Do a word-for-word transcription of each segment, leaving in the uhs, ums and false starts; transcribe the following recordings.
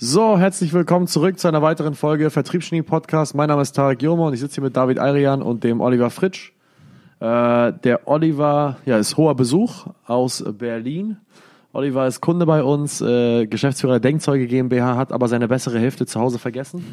So, herzlich willkommen zurück zu einer weiteren Folge Vertriebsgenie-Podcast. Mein Name ist Tarek Jurma und ich sitze hier mit David Ayrian und dem Oliver Fritsch. Äh, der Oliver ja, ist hoher Besuch aus Berlin. Oliver ist Kunde bei uns, äh, Geschäftsführer der Denkzeuge GmbH, hat aber seine bessere Hälfte zu Hause vergessen.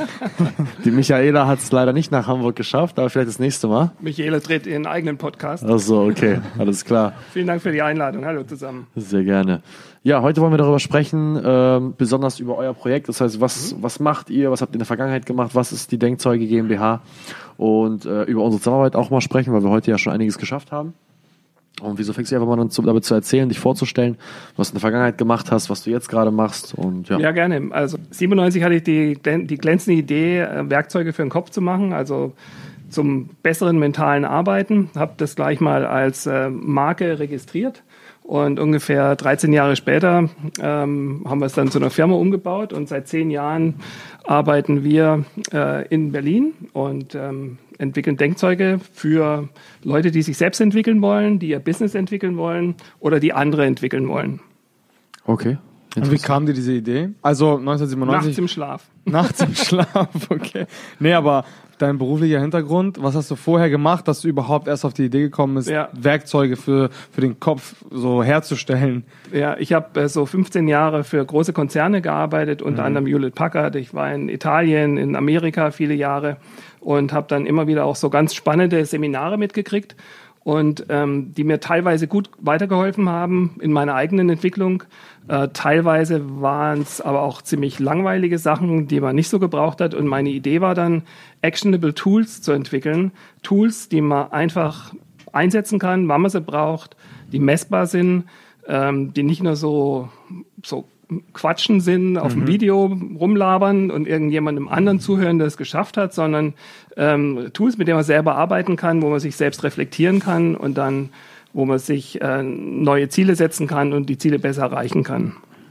Die Michaela hat es leider nicht nach Hamburg geschafft, aber vielleicht das nächste Mal. Michaela dreht ihren eigenen Podcast. Ach so, okay, alles klar. Vielen Dank für die Einladung. Hallo zusammen. Sehr gerne. Ja, heute wollen wir darüber sprechen, ähm, besonders über euer Projekt. Das heißt, was, mhm. was macht ihr, was habt ihr in der Vergangenheit gemacht, was ist die Denkzeuge GmbH und äh, über unsere Zusammenarbeit auch mal sprechen, weil wir heute ja schon einiges geschafft haben. Und wieso fängst du einfach mal an, damit zu erzählen, dich vorzustellen, was du in der Vergangenheit gemacht hast, was du jetzt gerade machst? Und ja. ja, gerne. Also siebenundneunzig hatte ich die, die glänzende Idee, Werkzeuge für den Kopf zu machen, also zum besseren mentalen Arbeiten. Habe das gleich mal als äh, Marke registriert. Und ungefähr dreizehn Jahre später ähm, haben wir es dann zu einer Firma umgebaut. Und seit zehn Jahren arbeiten wir äh, in Berlin und ähm, entwickeln Denkzeuge für Leute, die sich selbst entwickeln wollen, die ihr Business entwickeln wollen oder die andere entwickeln wollen. Okay. Und wie kam dir diese Idee? Also neunzehnhundertsiebenundneunzig? Nachts im Schlaf. Nachts im Schlaf, okay. Nee, aber dein beruflicher Hintergrund, was hast du vorher gemacht, dass du überhaupt erst auf die Idee gekommen bist, ja. Werkzeuge für, für den Kopf so herzustellen? Ja, ich habe äh, so fünfzehn Jahre für große Konzerne gearbeitet, unter mhm. anderem Hewlett Packard. Ich war in Italien, in Amerika viele Jahre und habe dann immer wieder auch so ganz spannende Seminare mitgekriegt und ähm, die mir teilweise gut weitergeholfen haben in meiner eigenen Entwicklung. Äh, teilweise waren es aber auch ziemlich langweilige Sachen, die man nicht so gebraucht hat. Und meine Idee war dann, actionable Tools zu entwickeln. Tools, die man einfach einsetzen kann, wann man sie braucht, die messbar sind, ähm, die nicht nur so, so Quatschen sind, auf mhm. dem Video rumlabern und irgendjemandem anderen zuhören, der es geschafft hat, sondern ähm, Tools, mit denen man selber arbeiten kann, wo man sich selbst reflektieren kann und dann, wo man sich äh, neue Ziele setzen kann und die Ziele besser erreichen kann.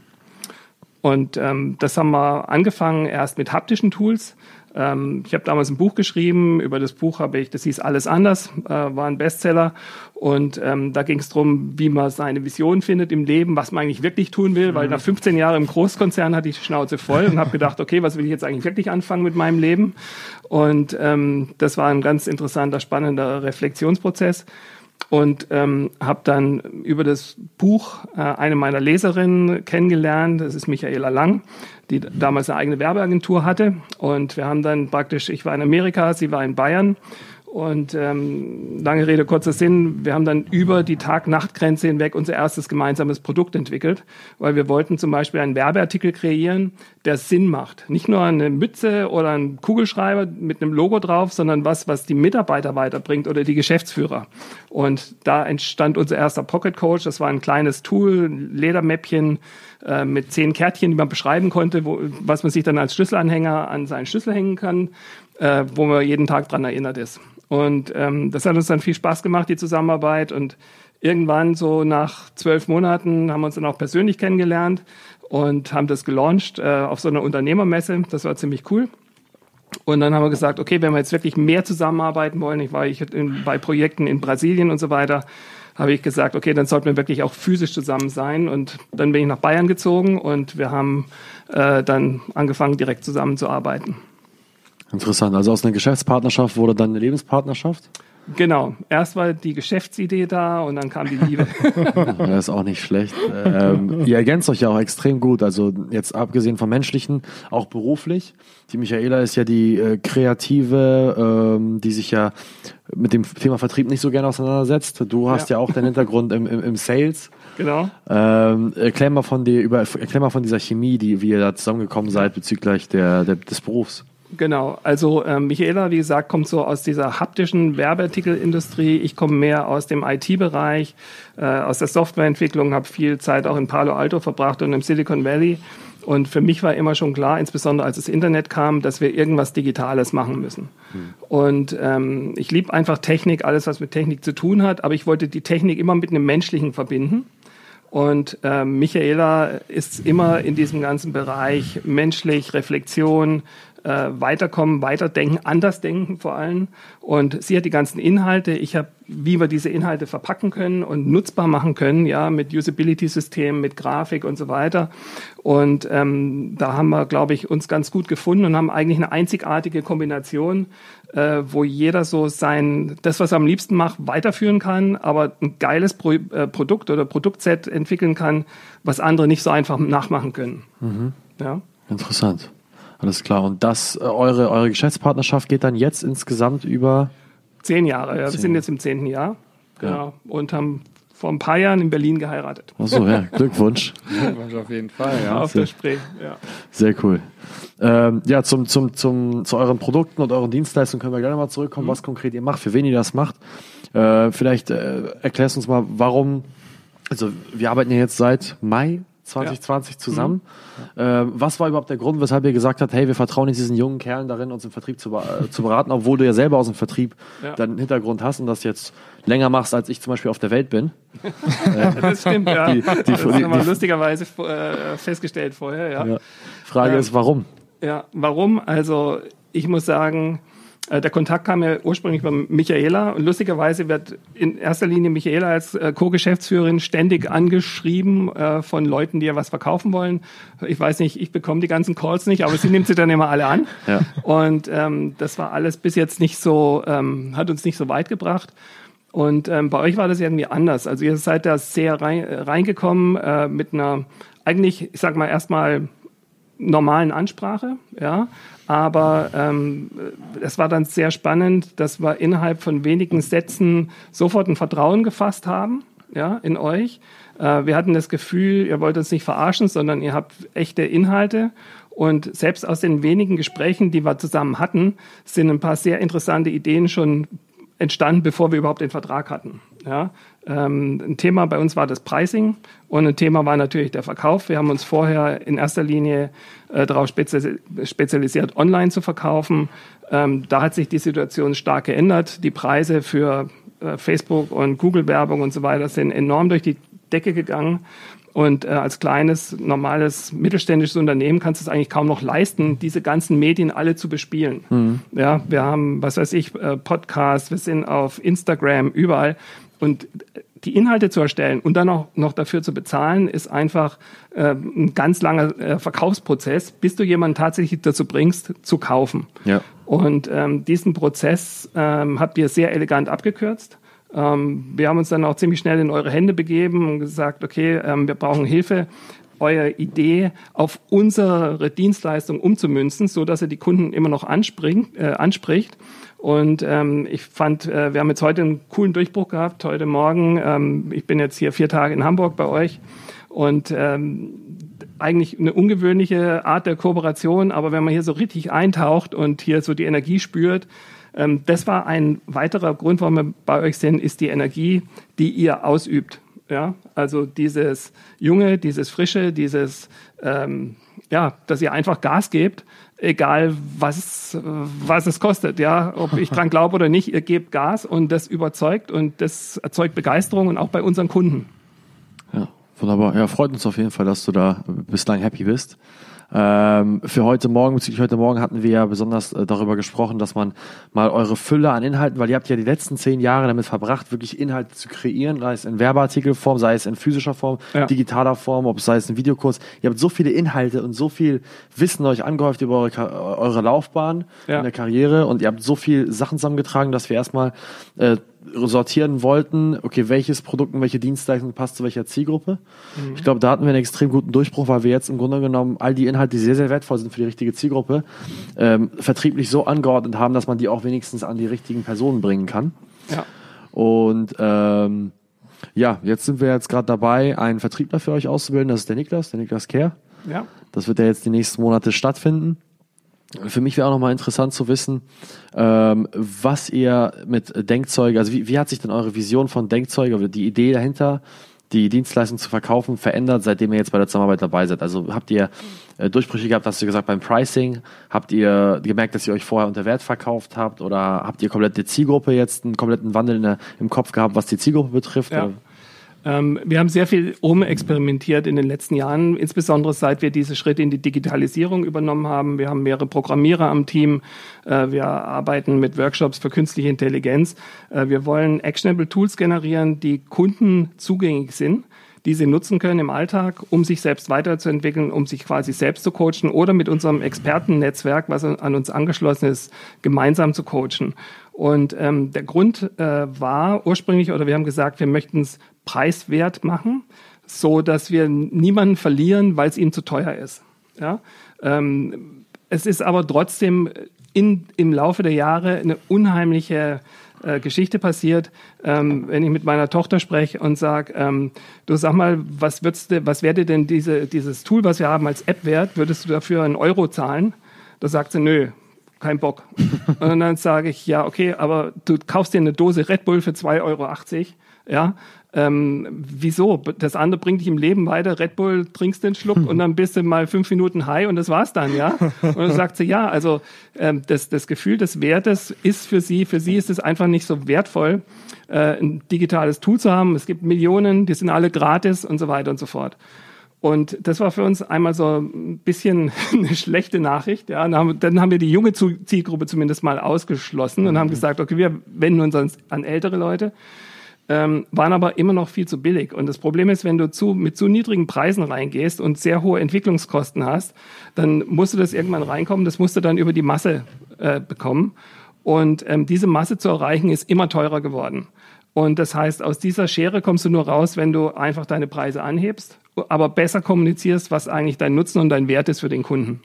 Und ähm, das haben wir angefangen erst mit haptischen Tools. Ähm, ich habe damals ein Buch geschrieben, über das Buch habe ich, das hieß Alles anders, äh, war ein Bestseller. Und ähm, da ging es darum, wie man seine Vision findet im Leben, was man eigentlich wirklich tun will, weil nach fünfzehn Jahren im Großkonzern hatte ich die Schnauze voll und habe gedacht, okay, was will ich jetzt eigentlich wirklich anfangen mit meinem Leben? Und ähm, das war ein ganz interessanter, spannender Reflexionsprozess. Und ähm, habe dann über das Buch äh, eine meiner Leserinnen kennengelernt, das ist Michaela Lang, die damals eine eigene Werbeagentur hatte. Und wir haben dann praktisch, ich war in Amerika, sie war in Bayern. Und ähm, lange Rede, kurzer Sinn, wir haben dann über die Tag-Nacht-Grenze hinweg unser erstes gemeinsames Produkt entwickelt, weil wir wollten zum Beispiel einen Werbeartikel kreieren, der Sinn macht. Nicht nur eine Mütze oder ein Kugelschreiber mit einem Logo drauf, sondern was, was die Mitarbeiter weiterbringt oder die Geschäftsführer. Und da entstand unser erster Pocket Coach. Das war ein kleines Tool, ein Ledermäppchen äh, mit zehn Kärtchen, die man beschreiben konnte, wo, was man sich dann als Schlüsselanhänger an seinen Schlüssel hängen kann, äh, wo man jeden Tag dran erinnert ist. Und ähm, das hat uns dann viel Spaß gemacht, die Zusammenarbeit. Und irgendwann, so nach zwölf Monaten, haben wir uns dann auch persönlich kennengelernt und haben das gelauncht äh, auf so einer Unternehmermesse. Das war ziemlich cool. Und dann haben wir gesagt, okay, wenn wir jetzt wirklich mehr zusammenarbeiten wollen, ich war ich in, bei Projekten in Brasilien und so weiter, habe ich gesagt, okay, dann sollten wir wirklich auch physisch zusammen sein. Und dann bin ich nach Bayern gezogen und wir haben äh, dann angefangen, direkt zusammenzuarbeiten. Interessant. Also aus einer Geschäftspartnerschaft wurde dann eine Lebenspartnerschaft? Genau. Erst war die Geschäftsidee da und dann kam die Liebe. Das ist auch nicht schlecht. Ähm, ihr ergänzt euch ja auch extrem gut. Also jetzt abgesehen vom Menschlichen, auch beruflich. Die Michaela ist ja die äh, Kreative, ähm, die sich ja mit dem Thema Vertrieb nicht so gerne auseinandersetzt. Du hast ja, ja auch deinen Hintergrund im, im, im Sales. Genau. Ähm, erklär mal von dir über, erklär mal von dieser Chemie, die wie ihr da zusammengekommen seid bezüglich der, der des Berufs. Genau, also ähm, Michaela, wie gesagt, kommt so aus dieser haptischen Werbeartikelindustrie. Ich komme mehr aus dem I T-Bereich, äh, aus der Softwareentwicklung, habe viel Zeit auch in Palo Alto verbracht und im Silicon Valley. Und für mich war immer schon klar, insbesondere als das Internet kam, dass wir irgendwas Digitales machen müssen. Hm. Und ähm, ich liebe einfach Technik, alles, was mit Technik zu tun hat, aber ich wollte die Technik immer mit einem Menschlichen verbinden. Und ähm, Michaela ist immer in diesem ganzen Bereich menschlich, Reflexion, äh, weiterkommen, weiterdenken, anders denken vor allem. Und sie hat die ganzen Inhalte. Ich habe, wie wir diese Inhalte verpacken können und nutzbar machen können, ja, mit Usability-Systemen, mit Grafik und so weiter. Und ähm, da haben wir, glaube ich, uns ganz gut gefunden und haben eigentlich eine einzigartige Kombination, äh, wo jeder so sein, das, was er am liebsten macht, weiterführen kann, aber ein geiles Pro, äh, Produkt oder Produktset entwickeln kann, was andere nicht so einfach nachmachen können. Mhm. Ja. Interessant. Alles klar. Und das, äh, eure, eure Geschäftspartnerschaft geht dann jetzt insgesamt über zehn Jahre. Ja. Zehn. Wir sind jetzt im zehnten Jahr. Genau. Ja. Und haben vor ein paar Jahren in Berlin geheiratet. Ach so, ja, Glückwunsch. Glückwunsch auf jeden Fall, ja. Auf der Spree, ja. Sehr cool. Ähm, ja, zum, zum, zum, zu euren Produkten und euren Dienstleistungen können wir gleich nochmal zurückkommen, mhm. was konkret ihr macht, für wen ihr das macht. Äh, vielleicht äh, erklärst du uns mal, warum, also wir arbeiten ja jetzt seit Mai zwanzig zwanzig ja. zusammen. Mhm. Äh, was war überhaupt der Grund, weshalb ihr gesagt habt, hey, wir vertrauen jetzt diesen jungen Kerlen darin, uns im Vertrieb zu, äh, zu beraten, obwohl du ja selber aus dem Vertrieb ja. deinen Hintergrund hast und das jetzt länger machst, als ich zum Beispiel auf der Welt bin. Das stimmt, ja. Die, die, das haben wir die, lustigerweise äh, festgestellt vorher, ja. ja. Frage ähm, ist, warum? Ja, warum? Also ich muss sagen, der Kontakt kam ja ursprünglich bei Michaela und lustigerweise wird in erster Linie Michaela als äh, Co-Geschäftsführerin ständig angeschrieben äh, von Leuten, die ja was verkaufen wollen. Ich weiß nicht, ich bekomme die ganzen Calls nicht, aber sie nimmt sie dann immer alle an. Ja. Und ähm, das war alles bis jetzt nicht so, ähm, hat uns nicht so weit gebracht. Und ähm, bei euch war das irgendwie anders. Also ihr seid da sehr rein, reingekommen äh, mit einer eigentlich, ich sag mal, erstmal normalen Ansprache, ja, aber ähm, es war dann sehr spannend, dass wir innerhalb von wenigen Sätzen sofort ein Vertrauen gefasst haben, ja, in euch. Äh, wir hatten das Gefühl, ihr wollt uns nicht verarschen, sondern ihr habt echte Inhalte und selbst aus den wenigen Gesprächen, die wir zusammen hatten, sind ein paar sehr interessante Ideen schon entstanden, bevor wir überhaupt den Vertrag hatten. Ja, ähm, ein Thema bei uns war das Pricing und ein Thema war natürlich der Verkauf. Wir haben uns vorher in erster Linie äh, darauf spezi- spezialisiert, online zu verkaufen. Ähm, da hat sich die Situation stark geändert. Die Preise für äh, Facebook und Google-Werbung und so weiter sind enorm durch die Decke gegangen. Und äh, als kleines, normales, mittelständisches Unternehmen kannst du es eigentlich kaum noch leisten, diese ganzen Medien alle zu bespielen. Mhm. Ja, wir haben, was weiß ich, äh, Podcasts, wir sind auf Instagram, überall. Und die Inhalte zu erstellen und dann auch noch dafür zu bezahlen, ist einfach äh, ein ganz langer äh, Verkaufsprozess, bis du jemanden tatsächlich dazu bringst, zu kaufen. Ja. Und ähm, diesen Prozess ähm, habt ihr sehr elegant abgekürzt. Ähm, wir haben uns dann auch ziemlich schnell in eure Hände begeben und gesagt, okay, ähm, wir brauchen Hilfe, eure Idee auf unsere Dienstleistung umzumünzen, so dass ihr die Kunden immer noch anspringt, äh, anspricht. Und ähm, ich fand, äh, wir haben jetzt heute einen coolen Durchbruch gehabt, heute Morgen. Ähm, ich bin jetzt hier vier Tage in Hamburg bei euch und ähm, eigentlich eine ungewöhnliche Art der Kooperation, aber wenn man hier so richtig eintaucht und hier so die Energie spürt, ähm, das war ein weiterer Grund, warum wir bei euch sind, ist die Energie, die ihr ausübt. Ja, also dieses Junge, dieses Frische, dieses, ähm, ja, dass ihr einfach Gas gebt, egal was, was es kostet, ja, ob ich dran glaube oder nicht, ihr gebt Gas und das überzeugt und das erzeugt Begeisterung und auch bei unseren Kunden. Ja, wunderbar. Ja, freut uns auf jeden Fall, dass du da bislang happy bist. Ähm, für heute Morgen, bezüglich heute Morgen hatten wir ja besonders äh, darüber gesprochen, dass man mal eure Fülle an Inhalten, weil ihr habt ja die letzten zehn Jahre damit verbracht, wirklich Inhalte zu kreieren, sei es in Werbeartikelform, sei es in physischer Form, ja. digitaler Form, ob es sei es ein Videokurs. Ihr habt so viele Inhalte und so viel Wissen euch angehäuft über eure, eure Laufbahn ja. in der Karriere und ihr habt so viel Sachen zusammengetragen, dass wir erstmal äh, sortieren wollten, okay, welches Produkt und welche Dienstleistung passt zu welcher Zielgruppe. Mhm. Ich glaube, da hatten wir einen extrem guten Durchbruch, weil wir jetzt im Grunde genommen all die Inhalte, die sehr, sehr wertvoll sind für die richtige Zielgruppe, ähm, vertrieblich so angeordnet haben, dass man die auch wenigstens an die richtigen Personen bringen kann. Ja. Und ähm, ja, jetzt sind wir jetzt gerade dabei, einen Vertriebler für euch auszubilden. Das ist der Niklas, der Niklas Kehr. Ja. Das wird ja jetzt die nächsten Monate stattfinden. Für mich wäre auch nochmal interessant zu wissen, ähm, was ihr mit Denkzeuge, also wie, wie hat sich denn eure Vision von Denkzeuge oder die Idee dahinter, die Dienstleistung zu verkaufen, verändert, seitdem ihr jetzt bei der Zusammenarbeit dabei seid? Also habt ihr äh, Durchbrüche gehabt, hast du gesagt, beim Pricing? Habt ihr gemerkt, dass ihr euch vorher unter Wert verkauft habt? Oder habt ihr komplett die Zielgruppe jetzt, einen kompletten Wandel in der, im Kopf gehabt, was die Zielgruppe betrifft? Ja. Ähm, wir haben sehr viel rumexperimentiert in den letzten Jahren, insbesondere seit wir diese Schritte in die Digitalisierung übernommen haben. Wir haben mehrere Programmierer am Team. Äh, wir arbeiten mit Workshops für künstliche Intelligenz. Äh, wir wollen actionable Tools generieren, die Kunden zugänglich sind, die sie nutzen können im Alltag, um sich selbst weiterzuentwickeln, um sich quasi selbst zu coachen oder mit unserem Expertennetzwerk, was an uns angeschlossen ist, gemeinsam zu coachen. Und ähm, der Grund äh, war ursprünglich, oder wir haben gesagt, wir möchten es preiswert machen, so dass wir niemanden verlieren, weil es ihm zu teuer ist. Ja? Ähm, es ist aber trotzdem in, im Laufe der Jahre eine unheimliche äh, Geschichte passiert. Ähm, wenn ich mit meiner Tochter spreche und sage, ähm, du sag mal, was würdest du, was wäre dir denn diese, dieses Tool, was wir haben als App wert, würdest du dafür einen Euro zahlen? Da sagt sie, nö, kein Bock. Und dann sage ich, ja, okay, aber du kaufst dir eine Dose Red Bull für zwei Euro achtzig, ja, ähm, wieso? Das andere bringt dich im Leben weiter, Red Bull, trinkst den Schluck und dann bist du mal fünf Minuten high und das war's dann, ja. Und dann sagt sie, ja, also ähm, das, das Gefühl des Wertes ist für sie, für sie ist es einfach nicht so wertvoll, äh, ein digitales Tool zu haben. Es gibt Millionen, die sind alle gratis und so weiter und so fort. Und das war für uns einmal so ein bisschen eine schlechte Nachricht. Ja, dann haben, dann haben wir die junge Zielgruppe zumindest mal ausgeschlossen und haben gesagt, okay, wir wenden uns an, an ältere Leute. Ähm, waren aber immer noch viel zu billig. Und das Problem ist, wenn du zu, mit zu niedrigen Preisen reingehst und sehr hohe Entwicklungskosten hast, dann musst du das irgendwann reinkommen, das musst du dann über die Masse äh, bekommen. Und ähm, diese Masse zu erreichen, ist immer teurer geworden. Und das heißt, aus dieser Schere kommst du nur raus, wenn du einfach deine Preise anhebst, aber besser kommunizierst, was eigentlich dein Nutzen und dein Wert ist für den Kunden.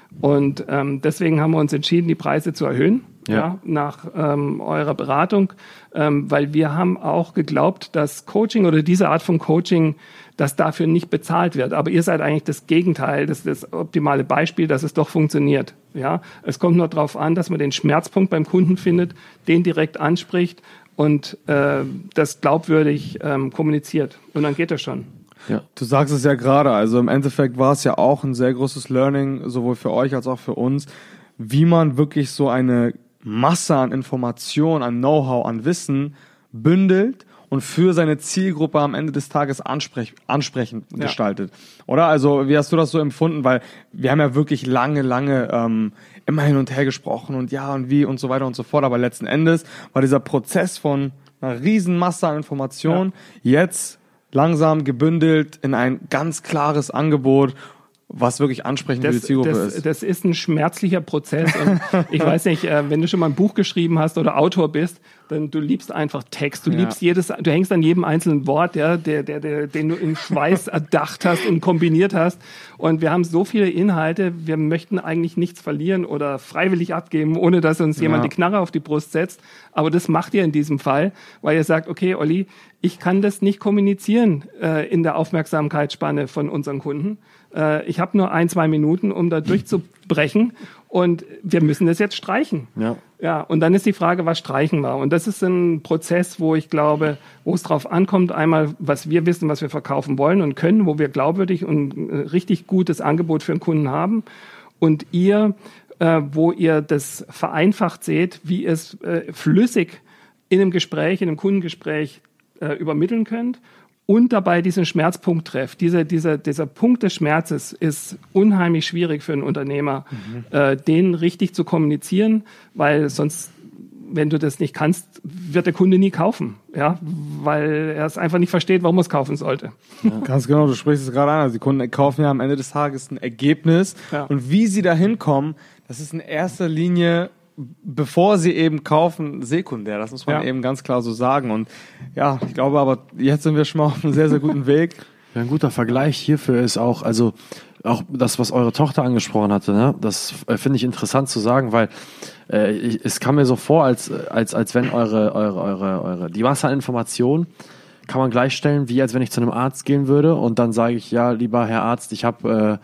Und ähm, deswegen haben wir uns entschieden, die Preise zu erhöhen, ja. Ja, nach ähm, eurer Beratung, ähm, weil wir haben auch geglaubt, dass Coaching oder diese Art von Coaching, dass dafür nicht bezahlt wird. Aber ihr seid eigentlich das Gegenteil, das ist das optimale Beispiel, dass es doch funktioniert. Ja, es kommt nur darauf an, dass man den Schmerzpunkt beim Kunden findet, den direkt anspricht und äh, das glaubwürdig ähm, kommuniziert. Und dann geht das schon. Ja. Du sagst es ja gerade, also im Endeffekt war es ja auch ein sehr großes Learning, sowohl für euch als auch für uns, wie man wirklich so eine Masse an Informationen, an Know-how, an Wissen bündelt und für seine Zielgruppe am Ende des Tages ansprech- ansprechend ja. gestaltet. Oder? Also wie hast du das so empfunden? Weil wir haben ja wirklich lange, lange ähm, immer hin und her gesprochen und ja und wie und so weiter und so fort, aber letzten Endes war dieser Prozess von einer riesen Masse an Informationen ja. jetzt langsam gebündelt in ein ganz klares Angebot, was wirklich ansprechend das, für die Zielgruppe das, ist. Das ist ein schmerzlicher Prozess. Und ich weiß nicht, äh, wenn du schon mal ein Buch geschrieben hast oder Autor bist, dann du liebst einfach Text. Du ja. liebst jedes, du hängst an jedem einzelnen Wort, ja, der, der, der, den du in Schweiß erdacht hast und kombiniert hast. Und wir haben so viele Inhalte, wir möchten eigentlich nichts verlieren oder freiwillig abgeben, ohne dass uns jemand ja. die Knarre auf die Brust setzt. Aber das macht ihr in diesem Fall, weil ihr sagt, okay, Olli, ich kann das nicht kommunizieren äh, in der Aufmerksamkeitsspanne von unseren Kunden. Äh, ich habe nur ein, zwei Minuten, um da durchzubrechen und wir müssen das jetzt streichen. Ja. Ja, und dann ist die Frage, was streichen wir? Und das ist ein Prozess, wo ich glaube, wo es drauf ankommt, einmal, was wir wissen, was wir verkaufen wollen und können, wo wir glaubwürdig und ein richtig gutes Angebot für den Kunden haben. Und ihr, äh, wo ihr das vereinfacht seht, wie ihr es äh, flüssig in einem Gespräch, in einem Kundengespräch äh, übermitteln könnt und dabei diesen Schmerzpunkt trefft. Dieser, dieser, dieser Punkt des Schmerzes ist unheimlich schwierig für einen Unternehmer, mhm. äh, den richtig zu kommunizieren, weil sonst, wenn du das nicht kannst, wird der Kunde nie kaufen, ja, weil er es einfach nicht versteht, warum er es kaufen sollte. Ja. Ganz genau, du sprichst es gerade an. Also die Kunden kaufen ja am Ende des Tages ein Ergebnis ja. und wie sie da hinkommen, das ist in erster Linie, bevor sie eben kaufen, sekundär. Das muss man ja. eben ganz klar so sagen. Und ja, ich glaube aber, jetzt sind wir schon mal auf einem sehr, sehr guten Weg. Ja, ein guter Vergleich hierfür ist auch, also auch das, was eure Tochter angesprochen hatte, ne? Das äh, finde ich interessant zu sagen, weil äh, ich, es kam mir so vor, als, als, als wenn eure, eure, eure, eure, die Masse an Informationen kann man gleichstellen, wie als wenn ich zu einem Arzt gehen würde und dann sage ich, ja, lieber Herr Arzt, ich habe äh,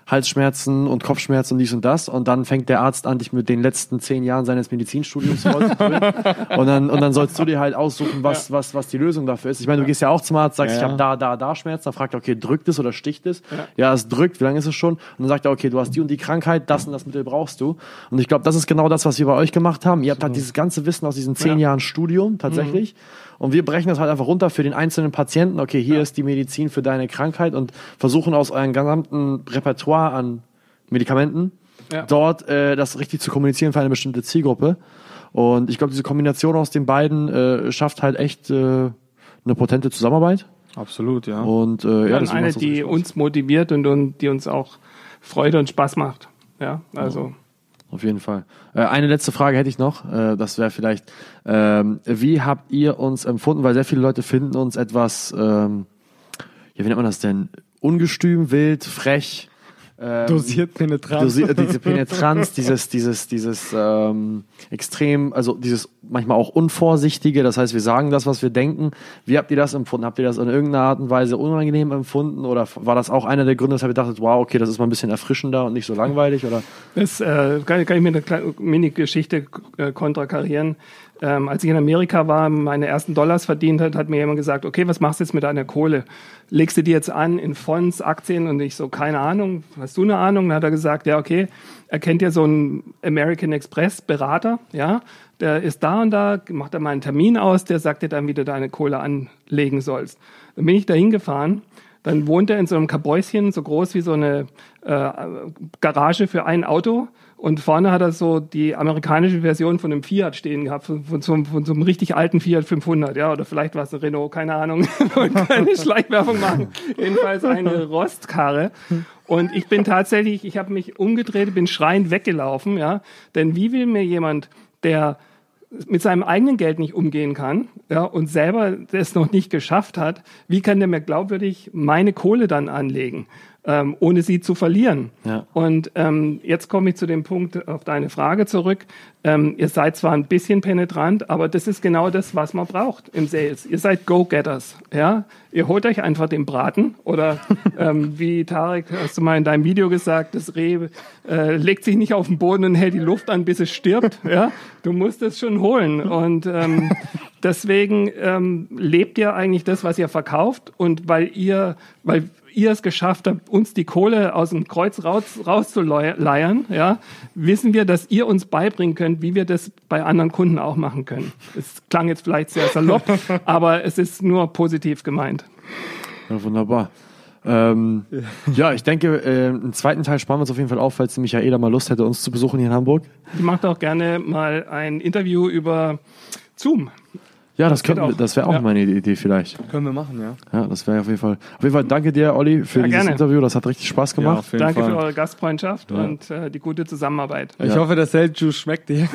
Halsschmerzen und Kopfschmerzen und dies und das. Und dann fängt der Arzt an, dich mit den letzten zehn Jahren seines Medizinstudiums vollzufüllen. und dann und dann sollst du dir halt aussuchen, was ja. was was die Lösung dafür ist. Ich meine, du gehst ja auch zum Arzt, sagst, ja. ich habe da da da Schmerzen, dann fragt er, okay, drückt es oder sticht es? Ja. ja, es drückt. Wie lange ist es schon? Und dann sagt er, okay, du hast die und die Krankheit, das und das Mittel brauchst du. Und ich glaube, das ist genau das, was wir bei euch gemacht haben. Ihr habt halt dieses ganze Wissen aus diesen zehn ja. Jahren Studium tatsächlich. Mhm. Und wir brechen das halt einfach runter für den einzelnen Patienten. Okay, hier ja. ist die Medizin für deine Krankheit und versuchen aus eurem gesamten Repertoire an Medikamenten ja. dort äh, das richtig zu kommunizieren für eine bestimmte Zielgruppe. Und ich glaube, diese Kombination aus den beiden äh, schafft halt echt äh, eine potente Zusammenarbeit. Absolut, ja. Und äh, ja, ja, das eine, die uns motiviert und, und die uns auch Freude und Spaß macht. Ja, also. Ja. Auf jeden Fall. Äh, eine letzte Frage hätte ich noch. Äh, das wäre vielleicht, ähm, wie habt ihr uns empfunden? Weil sehr viele Leute finden uns etwas, ähm, ja, wie nennt man das denn? Ungestüm, wild, frech. Ähm, dosiert Penetranz. Dosiert, diese Penetranz, dieses, dieses, dieses ähm, extrem, also dieses manchmal auch Unvorsichtige. Das heißt, wir sagen das, was wir denken. Wie habt ihr das empfunden? Habt ihr das in irgendeiner Art und Weise unangenehm empfunden? Oder war das auch einer der Gründe, weshalb ihr dachtet, wow, okay, das ist mal ein bisschen erfrischender und nicht so langweilig? Oder? Das äh, kann, kann ich mir eine kleine Mini-Geschichte äh, kontrakarieren. Ähm, als ich in Amerika war, meine ersten Dollars verdient hat, hat mir jemand gesagt, okay, was machst du jetzt mit deiner Kohle? Legst du die jetzt an in Fonds, Aktien? Und ich so, keine Ahnung. Hast du eine Ahnung? Dann hat er gesagt, ja, okay, er kennt ja so einen American Express Berater, ja, der ist da und da, macht er mal einen Termin aus, der sagt dir dann, wie du deine Kohle anlegen sollst. Dann bin ich da hingefahren. Dann wohnt er in so einem Kabäuschen, so groß wie so eine äh, Garage für ein Auto. Und vorne hat er so die amerikanische Version von einem Fiat stehen gehabt, von, von, so, von so einem richtig alten Fiat fünfhundert, ja, oder vielleicht war es ein Renault, keine Ahnung, und keine Schleichwerbung machen. Jedenfalls eine Rostkarre. Und ich bin tatsächlich, ich habe mich umgedreht, bin schreiend weggelaufen, ja, denn wie will mir jemand, der mit seinem eigenen Geld nicht umgehen kann, ja, und selber das noch nicht geschafft hat, wie kann der mir glaubwürdig meine Kohle dann anlegen, ähm, ohne sie zu verlieren? Ja. Und ähm, jetzt komme ich zu dem Punkt auf deine Frage zurück. Ähm, ihr seid zwar ein bisschen penetrant, aber das ist genau das, was man braucht im Sales. Ihr seid Go-Getters, ja. Ihr holt euch einfach den Braten oder ähm, wie Tarek, hast du mal in deinem Video gesagt, das Reh äh, legt sich nicht auf den Boden und hält die Luft an, bis es stirbt, ja. Du musst es schon holen und ähm, deswegen ähm, lebt ihr eigentlich das, was ihr verkauft und weil ihr, weil ihr es geschafft habt, uns die Kohle aus dem Kreuz raus, rauszuleiern, ja, wissen wir, dass ihr uns beibringen könnt, wie wir das bei anderen Kunden auch machen können. Es klang jetzt vielleicht sehr salopp, aber es ist nur positiv gemeint. Ja, wunderbar. Ähm, ja, ich denke, äh, einen zweiten Teil sparen wir uns auf jeden Fall auf, falls die Michaela mal Lust hätte, uns zu besuchen hier in Hamburg. Die macht auch gerne mal ein Interview über Zoom. Ja, das, das, das wäre auch ja. meine Idee vielleicht. Können wir machen, ja. Ja, das wäre auf jeden Fall. Auf jeden Fall danke dir, Olli, für ja, dieses gerne. Interview. Das hat richtig Spaß gemacht. Ja, danke Fall. für eure Gastfreundschaft ja. und äh, die gute Zusammenarbeit. Ich ja. hoffe, der Seltjuice schmeckt dir.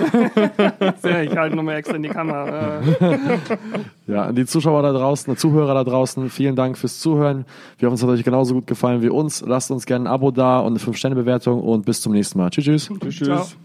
Sehr, ich halte nochmal extra in die Kamera. Ja, an die Zuschauer da draußen, die Zuhörer da draußen, vielen Dank fürs Zuhören. Wir hoffen, es hat euch genauso gut gefallen wie uns. Lasst uns gerne ein Abo da und eine fünf Sterne Bewertung und bis zum nächsten Mal. Tschüss, tschüss. Tschüss. Tschüss.